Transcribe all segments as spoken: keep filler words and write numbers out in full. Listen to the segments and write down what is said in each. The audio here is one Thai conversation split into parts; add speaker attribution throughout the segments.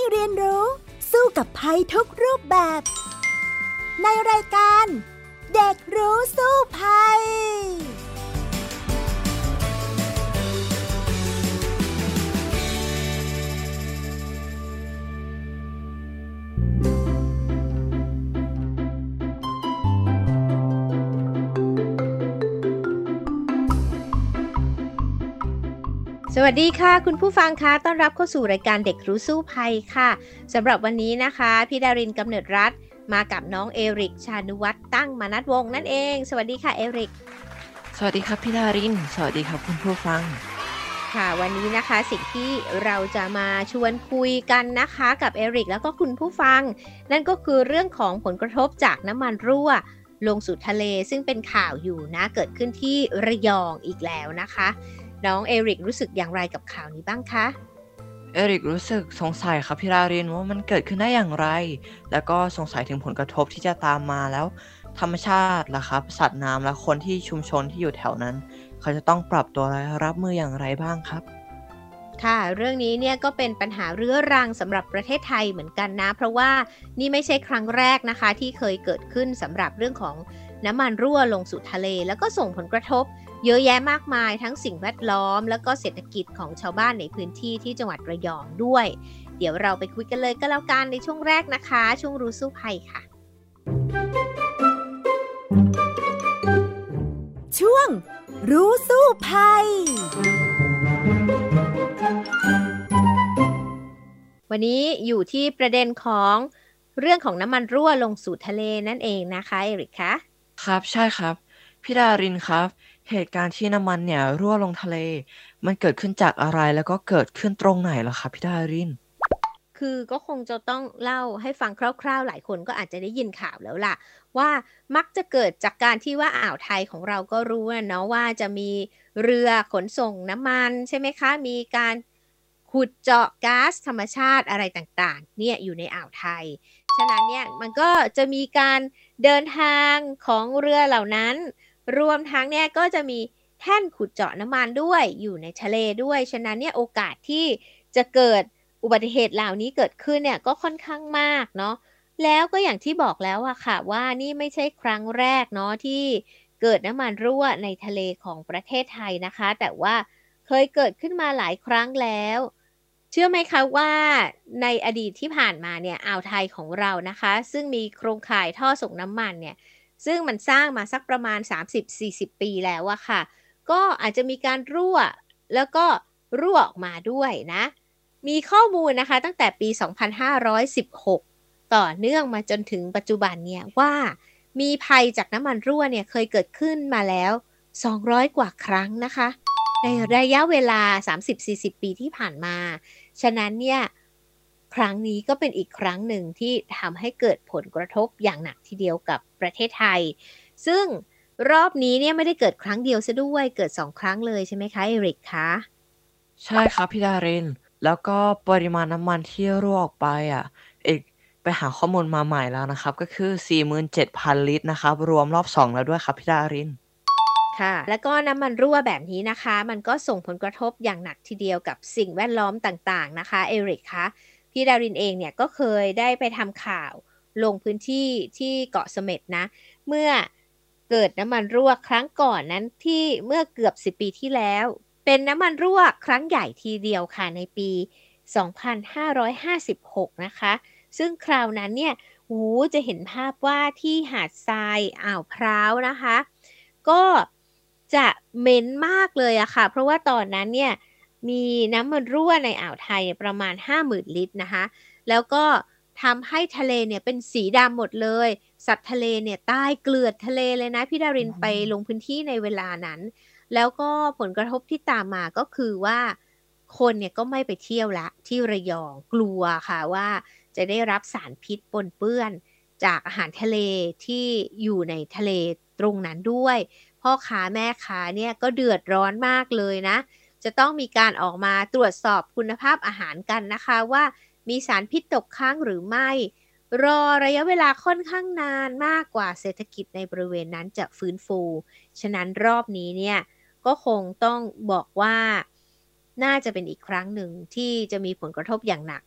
Speaker 1: เรียนรู้สู้กับภัยทุกรูปแบบในรายการเด็กรู้สู้ภัย
Speaker 2: สวัสดีค่ะคุณผู้ฟังคะต้อนรับเข้าสู่รายการเด็กรู้สู้ภัยค่ะสำหรับวันนี้นะคะพี่ดารินกำเนิดรัตน์มากับน้องเอริกชานุวัฒน์ตั้งมนัสวงศ์นั่นเองสวัสดีค่ะเอริก
Speaker 3: สวัสดีครับพี่ดารินสวัสดีครับคุณผู้ฟัง
Speaker 2: ค่ะวันนี้นะคะสิ่งที่เราจะมาชวนคุยกันนะคะกับเอริกแล้วก็คุณผู้ฟังนั่นก็คือเรื่องของผลกระทบจากน้ำมันรั่วลงสู่ทะเลซึ่งเป็นข่าวอยู่นะเกิดขึ้นที่ระยองอีกแล้วนะคะน้องเอริกรู้สึกอย่างไรกับข่าวนี้บ้างคะ
Speaker 3: เอริกรู้สึกสงสัยครับพี่ดารินว่ามันเกิดขึ้นได้อย่างไรแล้วก็สงสัยถึงผลกระทบที่จะตามมาแล้วธรรมชาติล่ะครับสัตว์น้ำและคนที่ชุมชนที่อยู่แถวนั้นเขาจะต้องปรับตัวและรับมืออย่างไรบ้างครับ
Speaker 2: ค่ะเรื่องนี้เนี่ยก็เป็นปัญหาเรื้อรังสำหรับประเทศไทยเหมือนกันนะเพราะว่านี่ไม่ใช่ครั้งแรกนะคะที่เคยเกิดขึ้นสำหรับเรื่องของน้ำมันรั่วลงสู่ทะเลแล้วก็ส่งผลกระทบเยอะแยะมากมายทั้งสิ่งแวดล้อมแล้วก็เศรษฐกิจของชาวบ้านในพื้นที่ที่จังหวัดระยองด้วยเดี๋ยวเราไปคุยกันเลยก็แล้วกันในช่วงแรกนะคะช่วงรู้สู้ภัยค่ะ
Speaker 1: ช่วงรู้สู้ภัย
Speaker 2: วันนี้อยู่ที่ประเด็นของเรื่องของน้ำมันรั่วลงสู่ทะเลนั่นเองนะคะเอริกคะ
Speaker 3: ครับใช่ครับพี่ดารินครับเหตุการณ์ที่น้ำมันเนี่ยรั่วลงทะเลมันเกิดขึ้นจากอะไรแล้วก็เกิดขึ้นตรงไหนล่ะครับพี่ดาริน
Speaker 2: คือก็คงจะต้องเล่าให้ฟังคร่าวๆหลายคนก็อาจจะได้ยินข่าวแล้วล่ะว่ามักจะเกิดจากการที่ว่าอ่าวไทยของเราก็รู้นะเนาะว่าจะมีเรือขนส่งน้ำมันใช่ไหมคะมีการขุดเจาะก๊าซธรรมชาติอะไรต่างๆเนี่ยอยู่ในอ่าวไทยฉะนั้นเนี่ยมันก็จะมีการเดินทางของเรือเหล่านั้นรวมทั้งเนี่ยก็จะมีแท่นขุดเจาะน้ำมันด้วยอยู่ในทะเลด้วยฉะนั้นเนี่ยโอกาสที่จะเกิดอุบัติเหตุเหล่านี้เกิดขึ้นเนี่ยก็ค่อนข้างมากเนาะแล้วก็อย่างที่บอกแล้วอะค่ะว่านี่ไม่ใช่ครั้งแรกเนาะที่เกิดน้ำมันรั่วในทะเลของประเทศไทยนะคะแต่ว่าเคยเกิดขึ้นมาหลายครั้งแล้วเชื่อไหมคะว่าในอดีตที่ผ่านมาเนี่ยอ่าวไทยของเรานะคะซึ่งมีโครงข่ายท่อส่งน้ำมันเนี่ยซึ่งมันสร้างมาสักประมาณ สามสิบถึงสี่สิบ ปีแล้วอะค่ะก็อาจจะมีการรั่วแล้วก็รั่วออกมาด้วยนะมีข้อมูลนะคะตั้งแต่ปี สองพันห้าร้อยสิบหก ต่อเนื่องมาจนถึงปัจจุบันเนี่ยว่ามีภัยจากน้ำมันรั่วเนี่ยเคยเกิดขึ้นมาแล้วสองร้อยกว่าครั้งนะคะในระยะเวลา สามสิบถึงสี่สิบ ปีที่ผ่านมาฉะนั้นเนี่ยครั้งนี้ก็เป็นอีกครั้งหนึ่งที่ทำให้เกิดผลกระทบอย่างหนักทีเดียวกับประเทศไทยซึ่งรอบนี้เนี่ยไม่ได้เกิดครั้งเดียวซะด้วยเกิดสองครั้งเลยใช่ไหมคะเอริกคะ
Speaker 3: ใช่ครับพี่ดารินแล้วก็ปริมาณน้ำมันที่รั่วออกไปอ่ะเอกไปหาข้อมูลมาใหม่แล้วนะครับก็คือ สี่หมื่นเจ็ดพัน ลิตรนะครับรวมรอบสองแล้วด้วยครับพี่ดาริน
Speaker 2: ค่ะแล้วก็น้ำมันรั่วแบบนี้นะคะมันก็ส่งผลกระทบอย่างหนักทีเดียวกับสิ่งแวดล้อมต่างๆนะคะเอริกคะพี่ดารินเองเนี่ยก็เคยได้ไปทำข่าวลงพื้นที่ที่เกาะเสม็ดนะเมื่อเกิดน้ำมันรั่วครั้งก่อนนั้นที่เมื่อเกือบสิบปีที่แล้วเป็นน้ำมันรั่วครั้งใหญ่ทีเดียวค่ะในปี สองพันห้าร้อยห้าสิบหก นะคะซึ่งคราวนั้นเนี่ยโอ้โหจะเห็นภาพว่าที่หาดทรายอ่าวพร้าวนะคะก็จะเหม็นมากเลยอะค่ะเพราะว่าตอนนั้นเนี่ยมีน้ำมันรั่วในอ่าวไทยประมาณ ห้าหมื่น ลิตรนะคะแล้วก็ทำให้ทะเลเนี่ยเป็นสีดำหมดเลยสัตว์ทะเลเนี่ยตายเกลื่อนทะเลเลยนะพี่ดารินไปลงพื้นที่ในเวลานั้นแล้วก็ผลกระทบที่ตามมาก็คือว่าคนเนี่ยก็ไม่ไปเที่ยวละที่ระยองกลัวค่ะว่าจะได้รับสารพิษปนเปื้อนจากอาหารทะเลที่อยู่ในทะเลตรงนั้นด้วยพ่อค้าแม่ค้าเนี่ยก็เดือดร้อนมากเลยนะจะต้องมีการออกมาตรวจสอบคุณภาพอาหารกันนะคะว่ามีสารพิษตกค้างหรือไม่รอระยะเวลาค่อนข้างนานมากกว่าเศรษฐกิจในบริเวณนั้นจะฟื้นฟูฉะนั้นรอบนี้เนี่ยก็คงต้องบอกว่าน่าจะเป็นอีกครั้งหนึ่งที่จะมีผลกระทบอย่างหนักกับ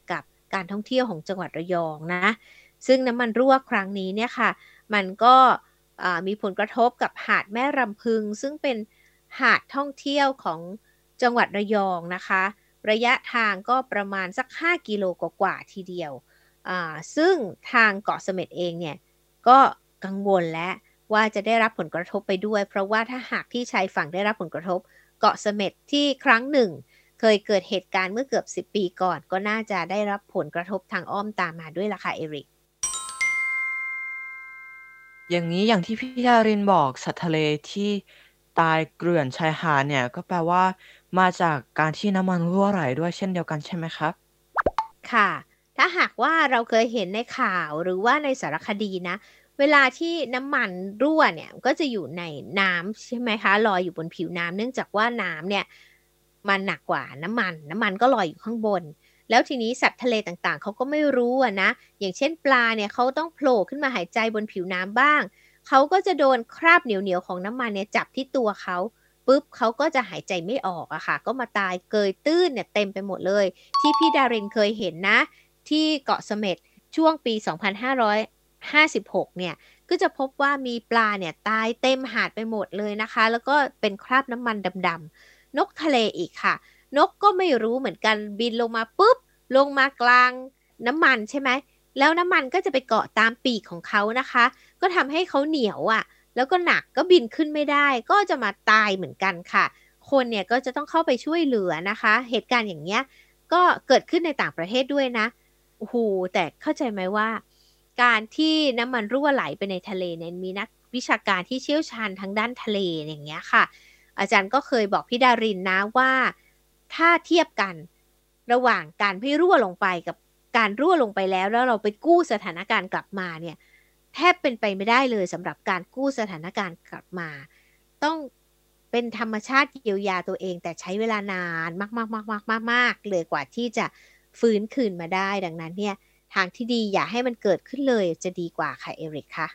Speaker 2: การท่องเที่ยวของจังหวัดระยองนะซึ่งน้ำมันรั่วครั้งนี้เนี่ยค่ะมันก็มีผลกระทบกับหาดแม่รำพึงซึ่งเป็นหาดท่องเที่ยวของจังหวัดระยองนะคะระยะทางก็ประมาณสักห้ากิโลกว่าๆทีเดียวซึ่งทางเกาะเสม็ดเองเนี่ยก็กังวลและว่าจะได้รับผลกระทบไปด้วยเพราะว่าถ้าหากที่ชายฝั่งได้รับผลกระทบเกาะเสม็ดที่ครั้งหนึ่งเคยเกิดเหตุการณ์เมื่อเกือบสิบปีก่อนก็น่าจะได้รับผลกระทบทางอ้อมตามมาด้วยล่ะค่ะเอริก
Speaker 3: อย่างนี้อย่างที่พี่ดารินบอกสัตว์ทะเลที่ตายเกลื่อนชายหาดเนี่ยก็แปลว่ามาจากการที่น้ำมันรั่วไหลด้วยเช่นเดียวกันใช่ไหมครับ
Speaker 2: ค่ะถ้าหากว่าเราเคยเห็นในข่าวหรือว่าในสารคดีนะเวลาที่น้ำมันรั่วเนี่ยก็จะอยู่ในน้ำใช่ไหมคะลอยอยู่บนผิวน้ำเนื่องจากว่าน้ำเนี่ยมันหนักกว่าน้ำมันน้ำมันก็ลอยอยู่ข้างบนแล้วทีนี้สัตว์ทะเลต่างๆเขาก็ไม่รู้อะนะอย่างเช่นปลาเนี่ยเขาต้องโผล่ขึ้นมาหายใจบนผิวน้ำบ้างเขาก็จะโดนคราบเหนียวๆของน้ำมันเนี่ยจับที่ตัวเขาปุ๊บเขาก็จะหายใจไม่ออกอะค่ะก็มาตายเกยตื้นเนี่ยเต็มไปหมดเลยที่พี่ดารินเคยเห็นนะที่เกาะเสม็ดช่วงปีสองพันห้าร้อยห้าสิบหกเนี่ยก็จะพบว่ามีปลาเนี่ยตายเต็มหาดไปหมดเลยนะคะแล้วก็เป็นคราบน้ำมันดำๆนกทะเลอีกค่ะนกก็ไม่รู้เหมือนกันบินลงมาปุ๊บลงมากลางน้ำมันใช่ไหมแล้วน้ำมันก็จะไปเกาะตามปีกของเขานะคะก็ทำให้เขาเหนียวอ่ะแล้วก็หนักก็บินขึ้นไม่ได้ก็จะมาตายเหมือนกันค่ะคนเนี่ยก็จะต้องเข้าไปช่วยเหลือนะคะเหตุการณ์อย่างเงี้ยก็เกิดขึ้นในต่างประเทศด้วยนะโอ้โหแต่เข้าใจไหมว่าการที่น้ำมันรั่วไหลไปในทะเลเนี่ยมีนักวิชาการที่เชี่ยวชาญทางด้านทะเลอย่างเงี้ยค่ะอาจารย์ก็เคยบอกพี่ดารินนะว่าถ้าเทียบกันระหว่างการไม่รั่วลงไปกับการรั่วลงไปแล้วแล้วเราไปกู้สถานการณ์กลับมาเนี่ยแทบเป็นไปไม่ได้เลยสำหรับการกู้สถานการณ์กลับมาต้องเป็นธรรมชาติเยียวยาตัวเองแต่ใช้เวลานานมากๆๆๆๆเลยกว่าที่จะฟื้นคืนมาได้ดังนั้นเนี่ยทางที่ดีอย่าให้มันเกิดขึ้นเลยจะดีกว่าค่ะเอริกค่ะ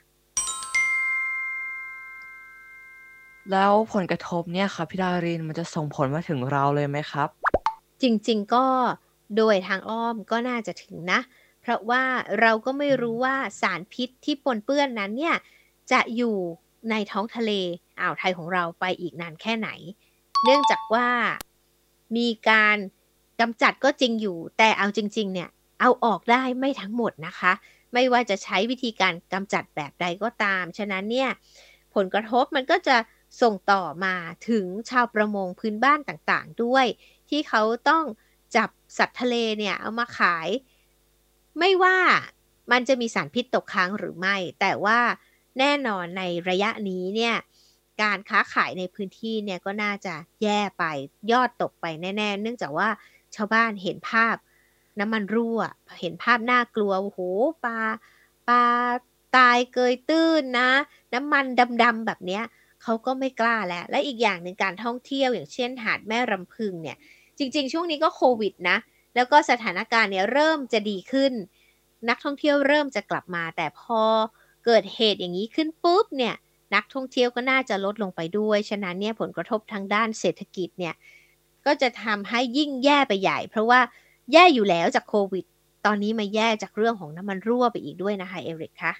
Speaker 3: แล้วผลกระทบเนี่ยครับพี่ดารินมันจะส่งผลมาถึงเราเลยไหมครับ
Speaker 2: จริงๆก็โดยทางอ้อมก็น่าจะถึงนะเพราะว่าเราก็ไม่
Speaker 3: อืม
Speaker 2: รู้ว่าสารพิษที่ปนเปื้อนนั้นเนี่ยจะอยู่ในท้องทะเลอ่าวไทยของเราไปอีกนานแค่ไหนเนื่องจากว่ามีการกำจัดก็จริงอยู่แต่เอาจริงๆเนี่ยเอาออกได้ไม่ทั้งหมดนะคะไม่ว่าจะใช้วิธีการกำจัดแบบใดก็ตามฉะนั้นเนี่ยผลกระทบมันก็จะส่งต่อมาถึงชาวประมงพื้นบ้านต่างๆด้วยที่เขาต้องจับสัตว์ทะเลเนี่ยเอามาขายไม่ว่ามันจะมีสารพิษตกค้างหรือไม่แต่ว่าแน่นอนในระยะนี้เนี่ยการค้าขายในพื้นที่เนี่ยก็น่าจะแย่ไปยอดตกไปแน่ๆเนื่องจากว่าชาวบ้านเห็นภาพน้ำมันรั่วเห็นภาพน่ากลัวโอ้โฮปลาปลาตายเกยตื้นนะน้ำมันดำๆแบบเนี้ยเขาก็ไม่กล้าแล้วและอีกอย่างหนึ่งการท่องเที่ยวอย่างเช่นหาดแม่รำพึงเนี่ยจริงๆช่วงนี้ก็โควิดนะแล้วก็สถานการณ์เนี่ยเริ่มจะดีขึ้นนักท่องเที่ยวเริ่มจะกลับมาแต่พอเกิดเหตุอย่างงี้ขึ้นปุ๊บเนี่ยนักท่องเที่ยวก็น่าจะลดลงไปด้วยฉะนั้นเนี่ยผลกระทบทางด้านเศรษฐกิจเนี่ยก็จะทำให้ยิ่งแย่ไปใหญ่เพราะว่าแย่อยู่แล้วจากโควิดตอนนี้มาแย่จากเรื่องของน้ำมันรั่วไปอีกด้วยนะคะเอริกคะ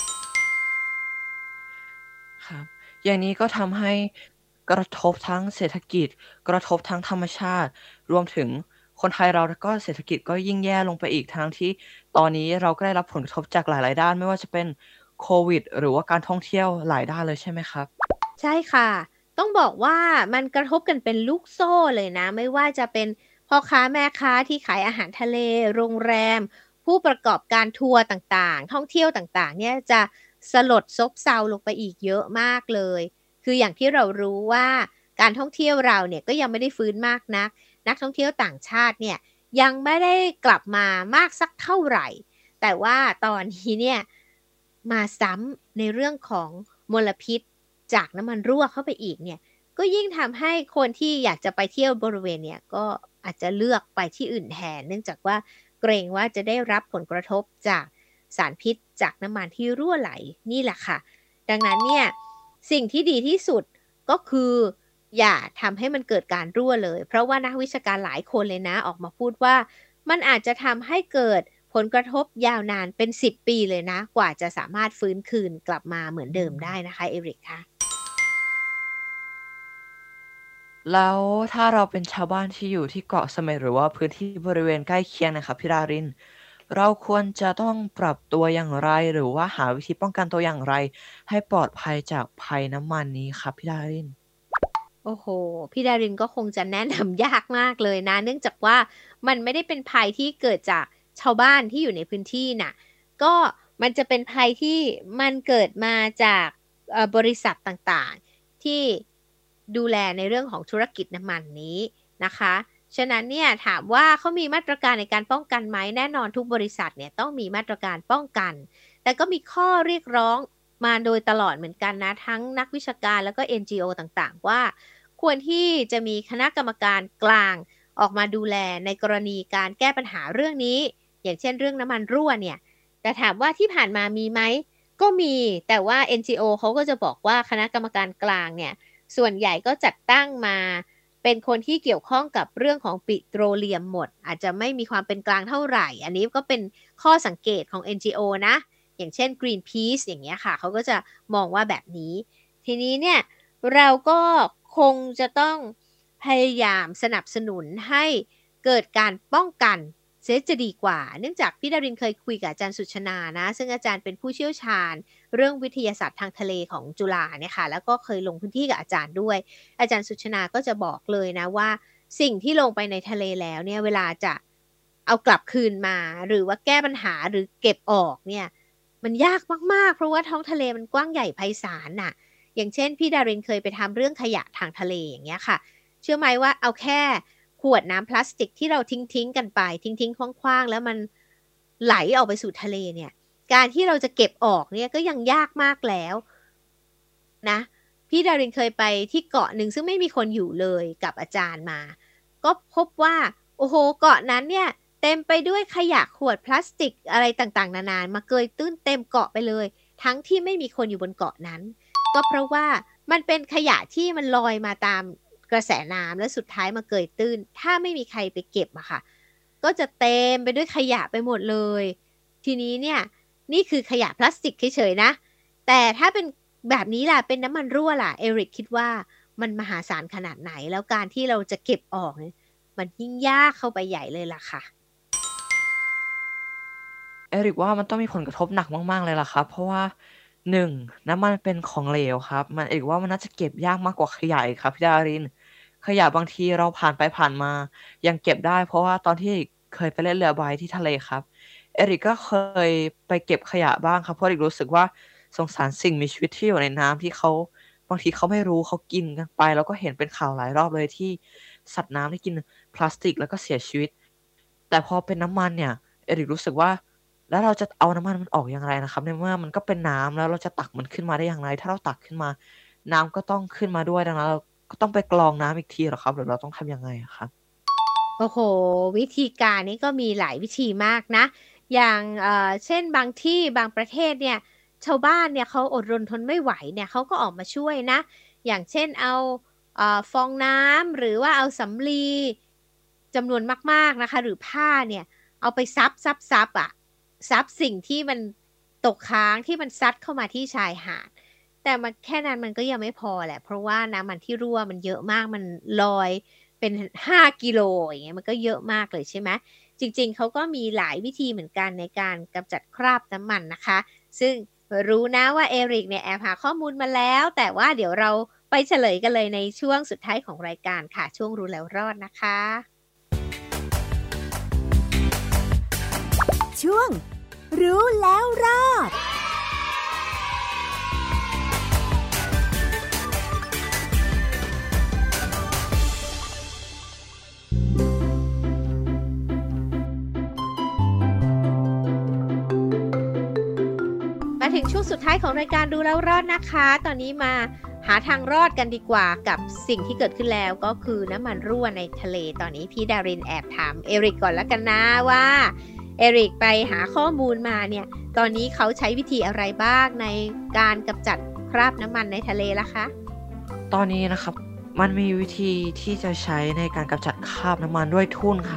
Speaker 3: ครับอย่างนี้ก็ทำให้กระทบทั้งเศรษฐกิจกระทบทั้งธรรมชาติรวมถึงคนไทยเราก็เศรษฐกิจก็ยิ่งแย่ลงไปอีกทั้งที่ตอนนี้เราก็ได้รับผลกระทบจากหลายๆด้านไม่ว่าจะเป็นโควิดหรือว่าการท่องเที่ยวหลายด้านเลยใช่ไหมครับ
Speaker 2: ใช่ค่ะต้องบอกว่ามันกระทบกันเป็นลูกโซ่เลยนะไม่ว่าจะเป็นพ่อค้าแม่ค้าที่ขายอาหารทะเลโรงแรมผู้ประกอบการทัวร์ต่างๆท่องเที่ยวต่างๆเนี่ยจะสลดซบเซาลงไปอีกเยอะมากเลยคืออย่างที่เรารู้ว่าการท่องเที่ยวเราเนี่ยก็ยังไม่ได้ฟื้นมากนักนักท่องเที่ยวต่างชาติเนี่ยยังไม่ได้กลับมามากสักเท่าไหร่แต่ว่าตอนนี้เนี่ยมาซ้ำในเรื่องของมลพิษ จากน้ำมันรั่วเข้าไปอีกเนี่ยก็ยิ่งทำให้คนที่อยากจะไปเที่ยวบริเวณเนี่ยก็อาจจะเลือกไปที่อื่นแทนเนื่องจากว่าเกรงว่าจะได้รับผลกระทบจากสารพิษจากน้ำมันที่รั่วไหลนี่แหละค่ะดังนั้นเนี่ยสิ่งที่ดีที่สุดก็คืออย่าทำให้มันเกิดการรั่วเลยเพราะว่านักวิชาการหลายคนเลยนะออกมาพูดว่ามันอาจจะทำให้เกิดผลกระทบยาวนานเป็นสิบปีเลยนะกว่าจะสามารถฟื้นคืนกลับมาเหมือนเดิมได้นะคะเอริกคะ
Speaker 3: แล้วถ้าเราเป็นชาวบ้านที่อยู่ที่เกาะเสม็ดหรือว่าพื้นที่บริเวณใกล้เคียงนะครับพี่ดารินเราควรจะต้องปรับตัวอย่างไรหรือว่าหาวิธีป้องกันตัวอย่างไรให้ปลอดภัยจากภัยน้ำมันนี้ครับพี่ดาริน
Speaker 2: โอ้โฮพี่ดารินก็คงจะแนะนำยากมากเลยนะเนื่องจากว่ามันไม่ได้เป็นภัยที่เกิดจากชาวบ้านที่อยู่ในพื้นที่น่ะก็มันจะเป็นภัยที่มันเกิดมาจากเอ่อบริษัทต่างๆที่ดูแลในเรื่องของธุรกิจน้ำมันนี้นะคะฉะนั้นเนี่ยถามว่าเขามีมาตรการในการป้องกันไหมแน่นอนทุกบริษัทเนี่ยต้องมีมาตรการป้องกันแต่ก็มีข้อเรียกร้องมาโดยตลอดเหมือนกันนะทั้งนักวิชาการแล้วก็ เอ็น จี โอ ต่างๆว่าควรที่จะมีคณะกรรมการกลางออกมาดูแลในกรณีการแก้ปัญหาเรื่องนี้อย่างเช่นเรื่องน้ำมันรั่วเนี่ยแต่ถามว่าที่ผ่านมามีไหมก็มีแต่ว่า เอ็น จี โอ เขาก็จะบอกว่าคณะกรรมการกลางเนี่ยส่วนใหญ่ก็จัดตั้งมาเป็นคนที่เกี่ยวข้องกับเรื่องของปิโตรเลียมหมดอาจจะไม่มีความเป็นกลางเท่าไหร่อันนี้ก็เป็นข้อสังเกตของ เอ็น จี โอ นะอย่างเช่น Greenpeace อย่างเงี้ยค่ะเขาก็จะมองว่าแบบนี้ทีนี้เนี่ยเราก็คงจะต้องพยายามสนับสนุนให้เกิดการป้องกันเสียจะดีกว่าเนื่องจากพี่ดารินเคยคุยกับอาจารย์สุชนานะซึ่งอาจารย์เป็นผู้เชี่ยวชาญเรื่องวิทยาศาสตร์ทางทะเลของจุฬาเนี่ยค่ะแล้วก็เคยลงพื้นที่กับอาจารย์ด้วยอาจารย์สุชนาก็จะบอกเลยนะว่าสิ่งที่ลงไปในทะเลแล้วเนี่ยเวลาจะเอากลับคืนมาหรือว่าแก้ปัญหาหรือเก็บออกเนี่ยมันยากมากๆเพราะว่าท้องทะเลมันกว้างใหญ่ไพศาลน่ะอย่างเช่นพี่ดารินเคยไปทำเรื่องขยะทางทะเลอย่างเงี้ยค่ะเชื่อไหมว่าเอาแค่ขวดน้ำพลาสติกที่เราทิ้งๆกันไปทิ้งๆคว้างๆแล้วมันไหลออกไปสู่ทะเลเนี่ยการที่เราจะเก็บออกเนี่ยก็ยังยากมากแล้วนะพี่ดารินเคยไปที่เกาะหนึ่งซึ่งไม่มีคนอยู่เลยกับอาจารย์มาก็พบว่าโอ้โหเกาะนั้นเนี่ยเต็มไปด้วยขยะขวดพลาสติกอะไรต่างๆนานามาเกยตื้นเต็มเกาะไปเลยทั้งที่ไม่มีคนอยู่บนเกาะนั้นก็เพราะว่ามันเป็นขยะที่มันลอยมาตามกระแสน้ำแล้วสุดท้ายมาเกยตื้นถ้าไม่มีใครไปเก็บอะค่ะก็จะเต็มไปด้วยขยะไปหมดเลยทีนี้เนี่ยนี่คือขยะพลาสติกเฉยๆนะแต่ถ้าเป็นแบบนี้ล่ะเป็นน้ำมันรั่วล่ะเอริกคิดว่ามันมหาศาลขนาดไหนแล้วการที่เราจะเก็บออกเนี่ยมันยิ่งยากเข้าไปใหญ่เลยล่ะค่ะ
Speaker 3: เอริกว่ามันต้องมีผลกระทบหนักมากๆเลยล่ะครับเพราะว่าหนึ่งน้ำมันเป็นของเหลวครับมันเอกว่ามันน่าจะเก็บยากมากกว่าขยะอีกครับพี่ดารินขยะบางทีเราผ่านไปผ่านมายังเก็บได้เพราะว่าตอนที่เคยไปเล่นเรือใบที่ทะเลครับเอริกก็เคยไปเก็บขยะบ้างครับเพราะเอริกรู้สึกว่าสงสารสิ่งมีชีวิตที่อยู่ในน้ำที่เขาบางทีเขาไม่รู้เขากินกันไปแล้วก็เห็นเป็นข่าวหลายรอบเลยที่สัตว์น้ำที่กินพลาสติกแล้วก็เสียชีวิตแต่พอเป็นน้ำมันเนี่ยเอริกรู้สึกว่า แล้วเราจะเอาน้ำมันมันออกอย่างไรนะครับในเมื่อมันก็เป็นน้ำแล้วเราจะตักมันขึ้นมาได้อย่างไรถ้าเราตักขึ้นมาน้ำก็ต้องขึ้นมาด้วยดังนั้นเราก็ต้องไปกรองน้ำอีกทีเหรอครับหรือเราต้องทำยังไงอะครับ
Speaker 2: โอ้โหวิธีการนี้ก็มีหลายวิธีมากนะอย่างเอ่อเช่นบางที่บางประเทศเนี่ยชาวบ้านเนี่ยเขาอดรนทนไม่ไหวเนี่ยเขาก็ออกมาช่วยนะอย่างเช่นเอาเอ่อฟองน้ำหรือว่าเอาสำลีจำนวนมากๆนะคะหรือผ้าเนี่ยเอาไปซับซับซับอะซับสิ่งที่มันตกค้างที่มันซัดเข้ามาที่ชายหาดแต่มันแค่นั้นมันก็ยังไม่พอแหละเพราะว่าน้ำมันที่รั่วมันเยอะมากมันลอย เป็นห้ากิโลอย่างเงี้ยมันก็เยอะมากเลยใช่ไหมจริงๆเขาก็มีหลายวิธีเหมือนกันในการกำจัดคราบน้ำมันนะคะซึ่งรู้นะว่าเอริกเนี่ยแอบหาข้อมูลมาแล้วแต่ว่าเดี๋ยวเราไปเฉลยกันเลยในช่วงสุดท้ายของรายการค่ะช่วงรู้แล้วรอดนะคะ
Speaker 1: ช่วงรู้แล้วรอด
Speaker 2: มาถึงช่วงสุดท้ายของรายการดูแล้วรอดนะคะตอนนี้มาหาทางรอดกันดีกว่ากับสิ่งที่เกิดขึ้นแล้วก็คือน้ำมันรั่วในทะเลตอนนี้พี่ดารินแอบถามเอริกก่อนแล้วกันนะว่าเอริกไปหาข้อมูลมาเนี่ยตอนนี้เขาใช้วิธีอะไรบ้างในการกำจัดคราบน้ำมันในทะเลล่ะคะ
Speaker 3: ตอนนี้นะครับมันมีวิธีที่จะใช้ในการกำจัดคราบน้ำมันด้วยทุ่นครับ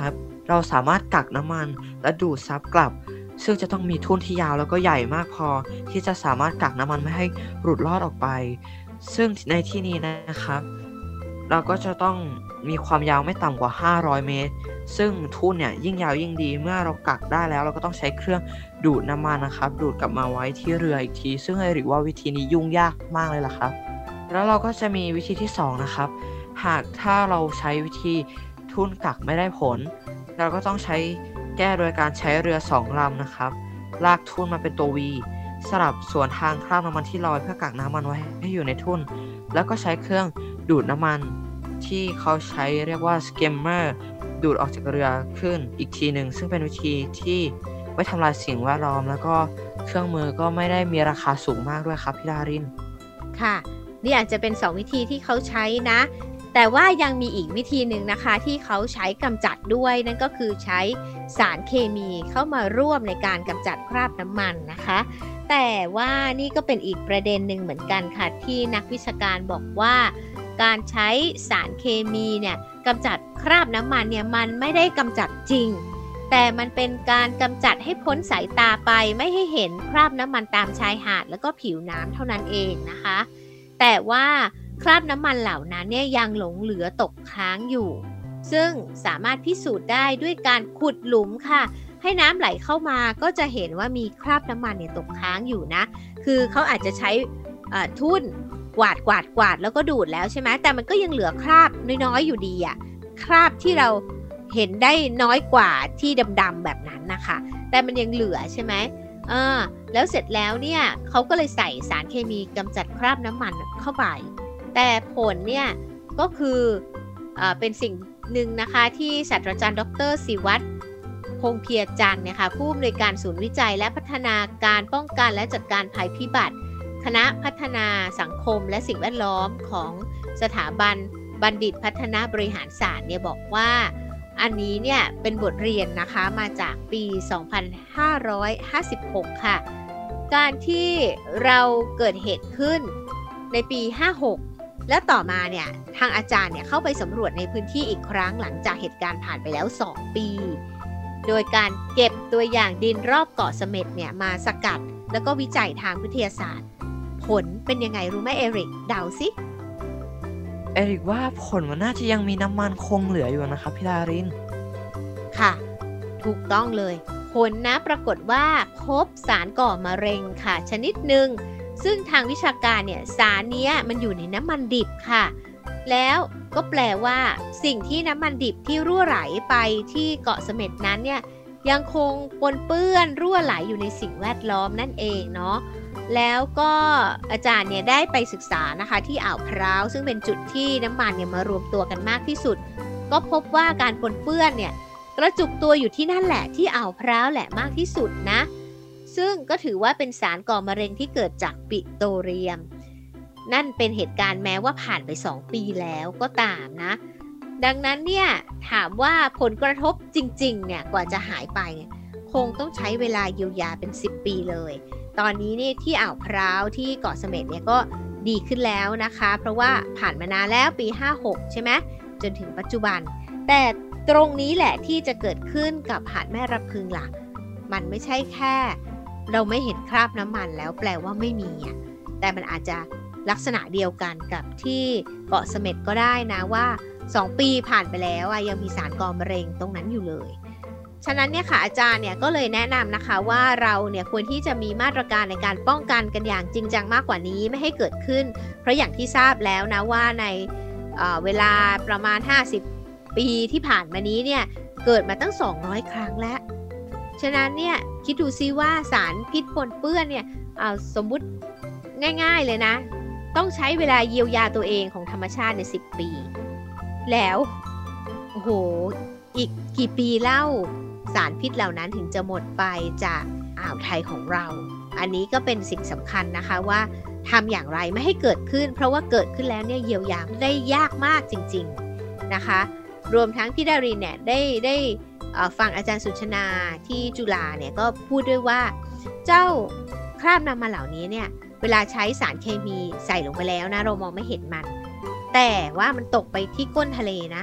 Speaker 3: เราสามารถกักน้ำมันและดูดซับกลับซึ่งจะต้องมีทุ่นที่ยาวแล้วก็ใหญ่มากพอที่จะสามารถกักน้ำมันไม่ให้หลุดลอดออกไปซึ่งในที่นี้นะครับเราก็จะต้องมีความยาวไม่ต่ำกว่าห้าร้อยเมตรซึ่งทุ่นเนี่ยยิ่งยาวยิ่งดีเมื่อเรากักได้แล้วเราก็ต้องใช้เครื่องดูดน้ำมันนะครับดูดกลับมาไว้ที่เรืออีกทีซึ่งเอริกว่าวิธีนี้ยุ่งยากมากเลยล่ะครับแล้วเราก็จะมีวิธีที่สองนะครับหากถ้าเราใช้วิธีทุ่นกักไม่ได้ผลเราก็ต้องใช้แก้โดยการใช้เรือสองลำนะครับลากทุ่นมาเป็นตัว V สลับสวนทางคราบน้ำมันที่ลอยเพื่อกักน้ำมันไว้ให้อยู่ในทุ่นแล้วก็ใช้เครื่องดูดน้ำมันที่เขาใช้เรียกว่า skimmer ดูดออกจากเรือขึ้นอีกทีหนึ่งซึ่งเป็นวิธีที่ไม่ทำลายสิ่งแวดล้อมแล้วก็เครื่องมือก็ไม่ได้มีราคาสูงมากด้วยครับพี่ดาริน
Speaker 2: ค่ะนี่อาจจะเป็นสองวิธีที่เขาใช้นะแต่ว่ายังมีอีกวิธีหนึ่งนะคะที่เขาใช้กำจัดด้วยนั่นก็คือใช้สารเคมีเข้ามาร่วมในการกำจัดคราบน้ำมันนะคะแต่ว่านี่ก็เป็นอีกประเด็นหนึ่งเหมือนกันค่ะที่นักวิชาการบอกว่าการใช้สารเคมีเนี่ยกำจัดคราบน้ำมันเนี่ยมันไม่ได้กำจัดจริงแต่มันเป็นการกำจัดให้พ้นสายตาไปไม่ให้เห็นคราบน้ำมันตามชายหาดแล้วก็ผิวน้ำเท่านั้นเองนะคะแต่ว่าคราบน้ำมันเหล่านั้นเนี่ยยังหลงเหลือตกค้างอยู่ซึ่งสามารถพิสูจน์ได้ด้วยการขุดหลุมค่ะให้น้ำไหลเข้ามาก็จะเห็นว่ามีคราบน้ำมันเนี่ยตกค้างอยู่นะคือเขาอาจจะใช้ทุ่นกวาดกวาดกวาดแล้วก็ดูดแล้วใช่ไหมแต่มันก็ยังเหลือคราบน้อยๆอยู่ดีอะคราบที่เราเห็นได้น้อยกว่าที่ดำๆแบบนั้นนะคะแต่มันยังเหลือใช่ไหมเออแล้วเสร็จแล้วเนี่ยเขาก็เลยใส่สารเคมีกำจัดคราบน้ำมันเข้าไปแต่ผลเนี่ยก็คือเอ่อเป็นสิ่งหนึ่งนะคะที่ศาสตราจารย์ดร.ศิวัตรพงษ์เพียรจันทร์เนี่ยค่ะผู้อำนวยการศูนย์วิจัยและพัฒนาการป้องกันและจัดการภัยพิบัติคณะพัฒนาสังคมและสิ่งแวดล้อมของสถาบันบัณฑิตพัฒนาบริหารศาสตร์เนี่ยบอกว่าอันนี้เนี่ยเป็นบทเรียนนะคะมาจากปี สองพันห้าร้อยห้าสิบหก ค่ะการที่เราเกิดเหตุขึ้นในปี ห้าหกแล้วต่อมาเนี่ยทางอาจารย์เนี่ยเข้าไปสำรวจในพื้นที่อีกครั้งหลังจากเหตุการณ์ผ่านไปแล้วสองปีโดยการเก็บตัวอย่างดินรอบเกาะเสม็ดเนี่ยมาสกัดแล้วก็วิจัยทางวิทยาศาสตร์ผลเป็นยังไงรู้ไหมเอริกเดาสิ
Speaker 3: เอริกว่าผลมันน่าจะยังมีน้ำมันคงเหลืออยู่นะครับพี่ดาริน
Speaker 2: ค่ะถูกต้องเลยผลนะปรากฏว่าพบสารก่อมะเร็งค่ะชนิดหนึ่งซึ่งทางวิชาการเนี่ยสารนี้มันอยู่ในน้ำมันดิบค่ะแล้วก็แปลว่าสิ่งที่น้ำมันดิบที่รั่วไหลไปที่เกาะเสม็ดนั้นเนี่ยยังคงปนเปื้อนรั่วไหลอยู่ในสิ่งแวดล้อมนั่นเองเนาะแล้วก็อาจารย์เนี่ยได้ไปศึกษานะคะที่อ่าวพร้าวซึ่งเป็นจุดที่น้ำมันเนี่ยมารวมตัวกันมากที่สุดก็พบว่าการปนเปื้อนเนี่ยกระจุกตัวอยู่ที่นั่นแหละที่อ่าวพร้าวแหละมากที่สุดนะซึ่งก็ถือว่าเป็นสารก่อมะเร็งที่เกิดจากปิโตรเลียมนั่นเป็นเหตุการณ์แม้ว่าผ่านไปสองปีแล้วก็ตามนะดังนั้นเนี่ยถามว่าผลกระทบจริงๆเนี่ยกว่าจะหายไปเนี่ยคงต้องใช้เวลาเยียวยาเป็นสิบปีเลยตอนนี้เนี่ยที่อ่าวพร้าวที่เกาะเสม็ดเนี่ยก็ดีขึ้นแล้วนะคะเพราะว่าผ่านมานานแล้วปีห้าหกใช่ไหมจนถึงปัจจุบันแต่ตรงนี้แหละที่จะเกิดขึ้นกับหาดแม่รำพึงล่ะมันไม่ใช่แค่เราไม่เห็นคราบน้ำมันแล้วแปลว่าไม่มีอ่ะแต่มันอาจจะลักษณะเดียวกันกับที่เกาะเสม็ดก็ได้นะว่าสองปีผ่านไปแล้วอ่ะยังมีสารก่อมะเร็งตรงนั้นอยู่เลยฉะนั้นเนี่ยค่ะอาจารย์เนี่ยก็เลยแนะนำนะคะว่าเราเนี่ยควรที่จะมีมาตรการในการป้องกันกันอย่างจริงจังมากกว่านี้ไม่ให้เกิดขึ้นเพราะอย่างที่ทราบแล้วนะว่าในเอ่อเวลาประมาณห้าสิบปีที่ผ่านมานี้เนี่ยเกิดมาตั้งสองร้อยครั้งแล้วฉะนั้นเนี่ยคิดดูซิว่าสารพิษปนเปื้อนเนี่ยเอาสมมุติง่ายๆเลยนะต้องใช้เวลาเยียวยาตัวเองของธรรมชาติในสิบปีแล้วโอ้โหอีกกี่ปีเล่าสารพิษเหล่านั้นถึงจะหมดไปจากอ่าวไทยของเราอันนี้ก็เป็นสิ่งสำคัญนะคะว่าทำอย่างไรไม่ให้เกิดขึ้นเพราะว่าเกิดขึ้นแล้วเนี่ยเยียวยาได้ยากมากจริงๆนะคะรวมทั้งพี่ดารินเนี่ยได้ได้ฟังอาจารย์สุชนาที่จุฬาเนี่ยก็พูดด้วยว่าเจ้าคราบน้ำมันเหล่านี้เนี่ยเวลาใช้สารเคมีใส่ลงไปแล้วนะเรามองไม่เห็นมันแต่ว่ามันตกไปที่ก้นทะเลนะ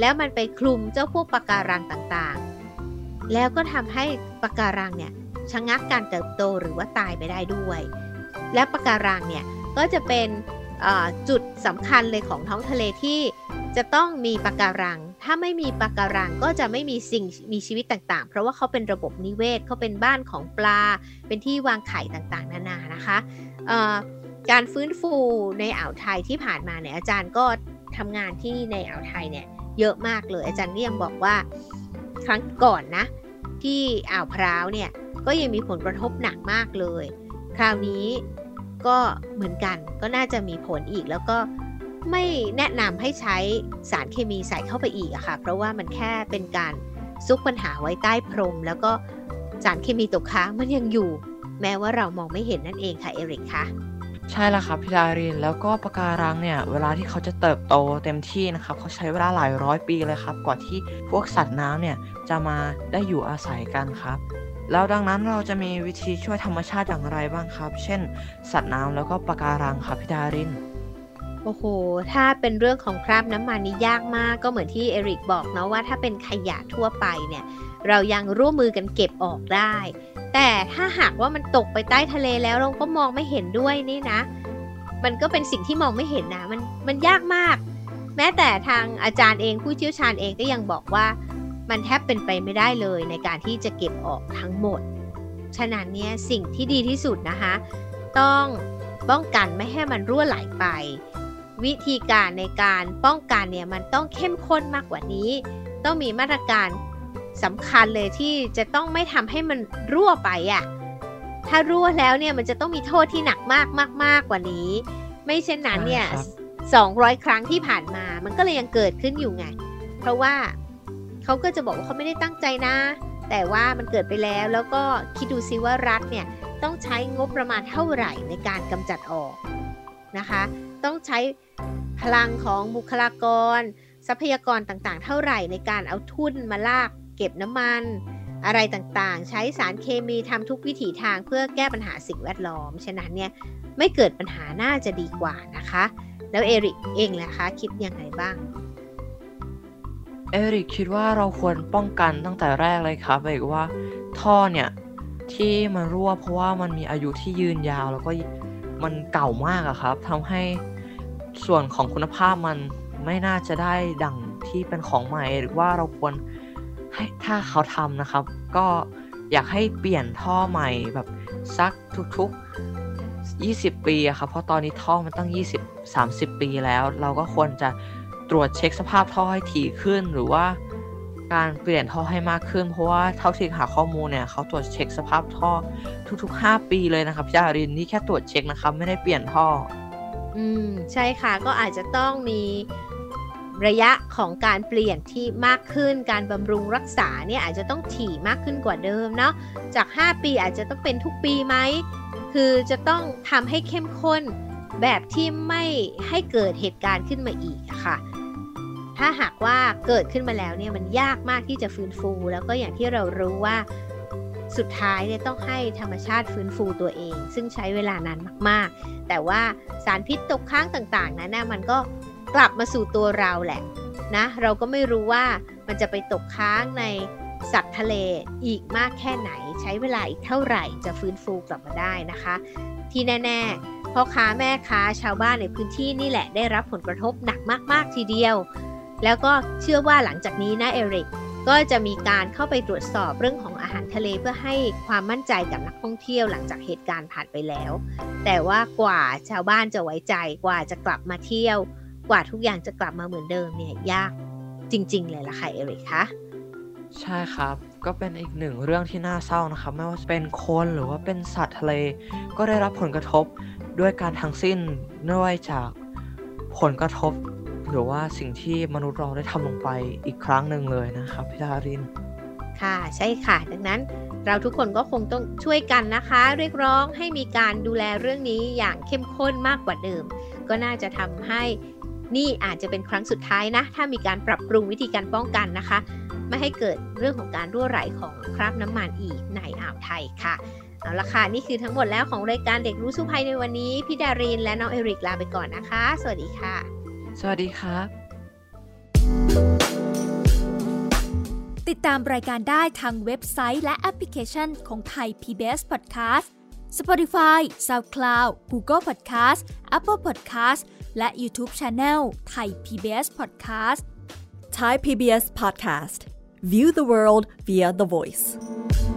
Speaker 2: แล้วมันไปคลุมเจ้าพวกปะการังต่างๆแล้วก็ทำให้ปะการังเนี่ยชะงักการเติบโตหรือว่าตายไปได้ด้วยและปะการังเนี่ยก็จะเป็นจุดสำคัญเลยของท้องทะเลที่จะต้องมีปะการังถ้าไม่มีปะการังก็จะไม่มีสิ่งมีชีวิตต่างๆเพราะว่าเขาเป็นระบบนิเวศเขาเป็นบ้านของปลาเป็นที่วางไข่ต่างๆนานานะคะการฟื้นฟูในอ่าวไทยที่ผ่านมาเนี่ยอาจารย์ก็ทำงานที่ในอ่าวไทยเนี่ยเยอะมากเลยอาจารย์ก็ยังบอกว่าครั้งก่อนนะที่อ่าวพร้าวเนี่ยก็ยังมีผลกระทบหนักมากเลยคราวนี้ก็เหมือนกันก็น่าจะมีผลอีกแล้วก็ไม่แนะนำให้ใช้สารเคมีใส่เข้าไปอีกอะค่ะเพราะว่ามันแค่เป็นการซุกปัญหาไว้ใต้พรมแล้วก็สารเคมีตกค้างมันยังอยู่แม้ว่าเรามองไม่เห็นนั่นเองค่ะเอริกคะ
Speaker 3: ใช่แล้วครับพี่ดารินแล้วก็ปะการังเนี่ยเวลาที่เขาจะเติบโตเต็มที่นะครับเขาใช้เวลาหลายร้อยปีเลยครับกว่าที่พวกสัตว์น้ำเนี่ยจะมาได้อยู่อาศัยกันครับแล้วดังนั้นเราจะมีวิธีช่วยธรรมชาติอย่างไรบ้างครับเช่นสัตว์น้ำแล้วก็ปะการังครับพี่ดาริน
Speaker 2: โอ้โหถ้าเป็นเรื่องของคราบน้ำมันนี่ยากมากก็เหมือนที่เอริกบอกเนาะว่าถ้าเป็นขยะทั่วไปเนี่ยเรายังร่วมมือกันเก็บออกได้แต่ถ้าหากว่ามันตกไปใต้ทะเลแล้วเราก็มองไม่เห็นด้วยนี่นะมันก็เป็นสิ่งที่มองไม่เห็นนะมันมันยากมากแม้แต่ทางอาจารย์เองผู้เชี่ยวชาญเองก็ยังบอกว่ามันแทบเป็นไปไม่ได้เลยในการที่จะเก็บออกทั้งหมดฉะนั้นเนี่ยสิ่งที่ดีที่สุดนะคะต้องป้องกันไม่ให้มันรั่วไหลไปวิธีการในการป้องกันเนี่ยมันต้องเข้มข้นมากกว่านี้ต้องมีมาตรการสำคัญเลยที่จะต้องไม่ทำให้มันรั่วไปอ่ะถ้ารั่วแล้วเนี่ยมันจะต้องมีโทษที่หนักมากมากมากกว่านี้ไม่เช่นนั้นเนี่ยสองร้อยครั้งที่ผ่านมามันก็เลยยังเกิดขึ้นอยู่ไงเพราะว่าเขาก็จะบอกว่าเขาไม่ได้ตั้งใจนะแต่ว่ามันเกิดไปแล้วแล้วก็คิดดูซิว่ารัฐเนี่ยต้องใช้งบประมาณเท่าไหร่ในการกำจัดออกนะคะต้องใช้พลังของบุคลากรทรัพยากรต่างๆเท่าไหร่ในการเอาทุ่นมาลากเก็บน้ำมันอะไรต่างๆใช้สารเคมีทำทุกวิถีทางเพื่อแก้ปัญหาสิ่งแวดล้อมฉะนั้นเนี่ยไม่เกิดปัญหาน่าจะดีกว่านะคะแล้วเอริกเองล่ะคะคิดยังไงบ้าง
Speaker 3: เอริกคิดว่าเราควรป้องกันตั้งแต่แรกเลยครับหมายถึงว่าท่อเนี่ยที่มันรั่วเพราะว่ามันมีอายุที่ยืนยาวแล้วก็มันเก่ามากอะครับทำให้ส่วนของคุณภาพมันไม่น่าจะได้ดั่งที่เป็นของใหม่หรือว่าเราควรให้ถ้าเขาทำนะครับก็อยากให้เปลี่ยนท่อใหม่แบบสักทุกๆยี่สิบปีอะครับเพราะตอนนี้ท่อมันตั้งยี่สิบ สามสิบปีแล้วเราก็ควรจะตรวจเช็คสภาพท่อให้ถี่ขึ้นหรือว่าการเปลี่ยนท่อให้มากขึ้นเพราะว่าเท่าที่หาข้อมูลเนี่ยเขาตรวจเช็คสภาพท่อทุกๆห้าปีเลยนะครับพี่ดารินนี่แค่ตรวจเช็คนะครับไม่ได้เปลี่ยนท่อ
Speaker 2: อืมใช่ค่ะก็อาจจะต้องมีระยะของการเปลี่ยนที่มากขึ้นการบำรุงรักษาเนี่ยอาจจะต้องถี่มากขึ้นกว่าเดิมเนาะจากห้าปีอาจจะต้องเป็นทุกปีไหมคือจะต้องทำให้เข้มข้นแบบที่ไม่ให้เกิดเหตุการณ์ขึ้นมาอีกค่ะถ้าหากว่าเกิดขึ้นมาแล้วเนี่ยมันยากมากที่จะฟื้นฟูแล้วก็อย่างที่เรารู้ว่าสุดท้ายเนี่ยต้องให้ธรรมชาติฟื้นฟูตัวเองซึ่งใช้เวลานานมากๆแต่ว่าสารพิษตกค้างต่างๆนั้นนะมันก็กลับมาสู่ตัวเราแหละนะเราก็ไม่รู้ว่ามันจะไปตกค้างในสัตว์ทะเลอีกมากแค่ไหนใช้เวลาอีกเท่าไหร่จะฟื้นฟูกลับมาได้นะคะที่แน่ๆพ่อค้าแม่ค้าชาวบ้านในพื้นที่นี่แหละได้รับผลกระทบหนักมากๆทีเดียวแล้วก็เชื่อว่าหลังจากนี้นะเอริกก็จะมีการเข้าไปตรวจสอบเรื่องของอาหารทะเลเพื่อให้ความมั่นใจกับนักท่องเที่ยวหลังจากเหตุการณ์ผ่านไปแล้วแต่ว่ากว่าชาวบ้านจะไว้ใจกว่าจะกลับมาเที่ยวกว่าทุกอย่างจะกลับมาเหมือนเดิมเนี่ยยากจริงๆเลยล่ะค่ะเอริกคะ
Speaker 3: ใช่ครับก็เป็นอีกหนึ่งเรื่องที่น่าเศร้านะครับไม่ว่าจะเป็นคนหรือว่าเป็นสัตว์ทะเลก็ได้รับผลกระทบด้วยการทั้งสิ้นเนื่องจากผลกระทบหรือว่าสิ่งที่มนุษย์เราได้ทำลงไปอีกครั้งหนึ่งเลยนะครับพี่ดาริน
Speaker 2: ค่ะใช่ค่ะดังนั้นเราทุกคนก็คงต้องช่วยกันนะคะเรียกร้องให้มีการดูแลเรื่องนี้อย่างเข้มข้นมากกว่าเดิมก็น่าจะทำให้นี่อาจจะเป็นครั้งสุดท้ายนะถ้ามีการปรับปรุงวิธีการป้องกันนะคะไม่ให้เกิดเรื่องของการรั่วไหลของคราบน้ำมันอีกในอ่าวไทยค่ะเอาละค่ะนี่คือทั้งหมดแล้วของรายการเด็กรู้สู้ภัยในวันนี้พี่ดารินและน้องเอริกลาไปก่อนนะคะสวัสดีค่ะ
Speaker 3: สวัสดีครับ
Speaker 4: ติดตามรายการได้ทางเว็บไซต์และแอปพลิเคชันของไทย พี บี เอส Podcast Spotify, SoundCloud, Google Podcast, Apple Podcast และ YouTube Channel ไทย พี บี เอส Podcast
Speaker 5: Thai พี บี เอส Podcast View the world via the voice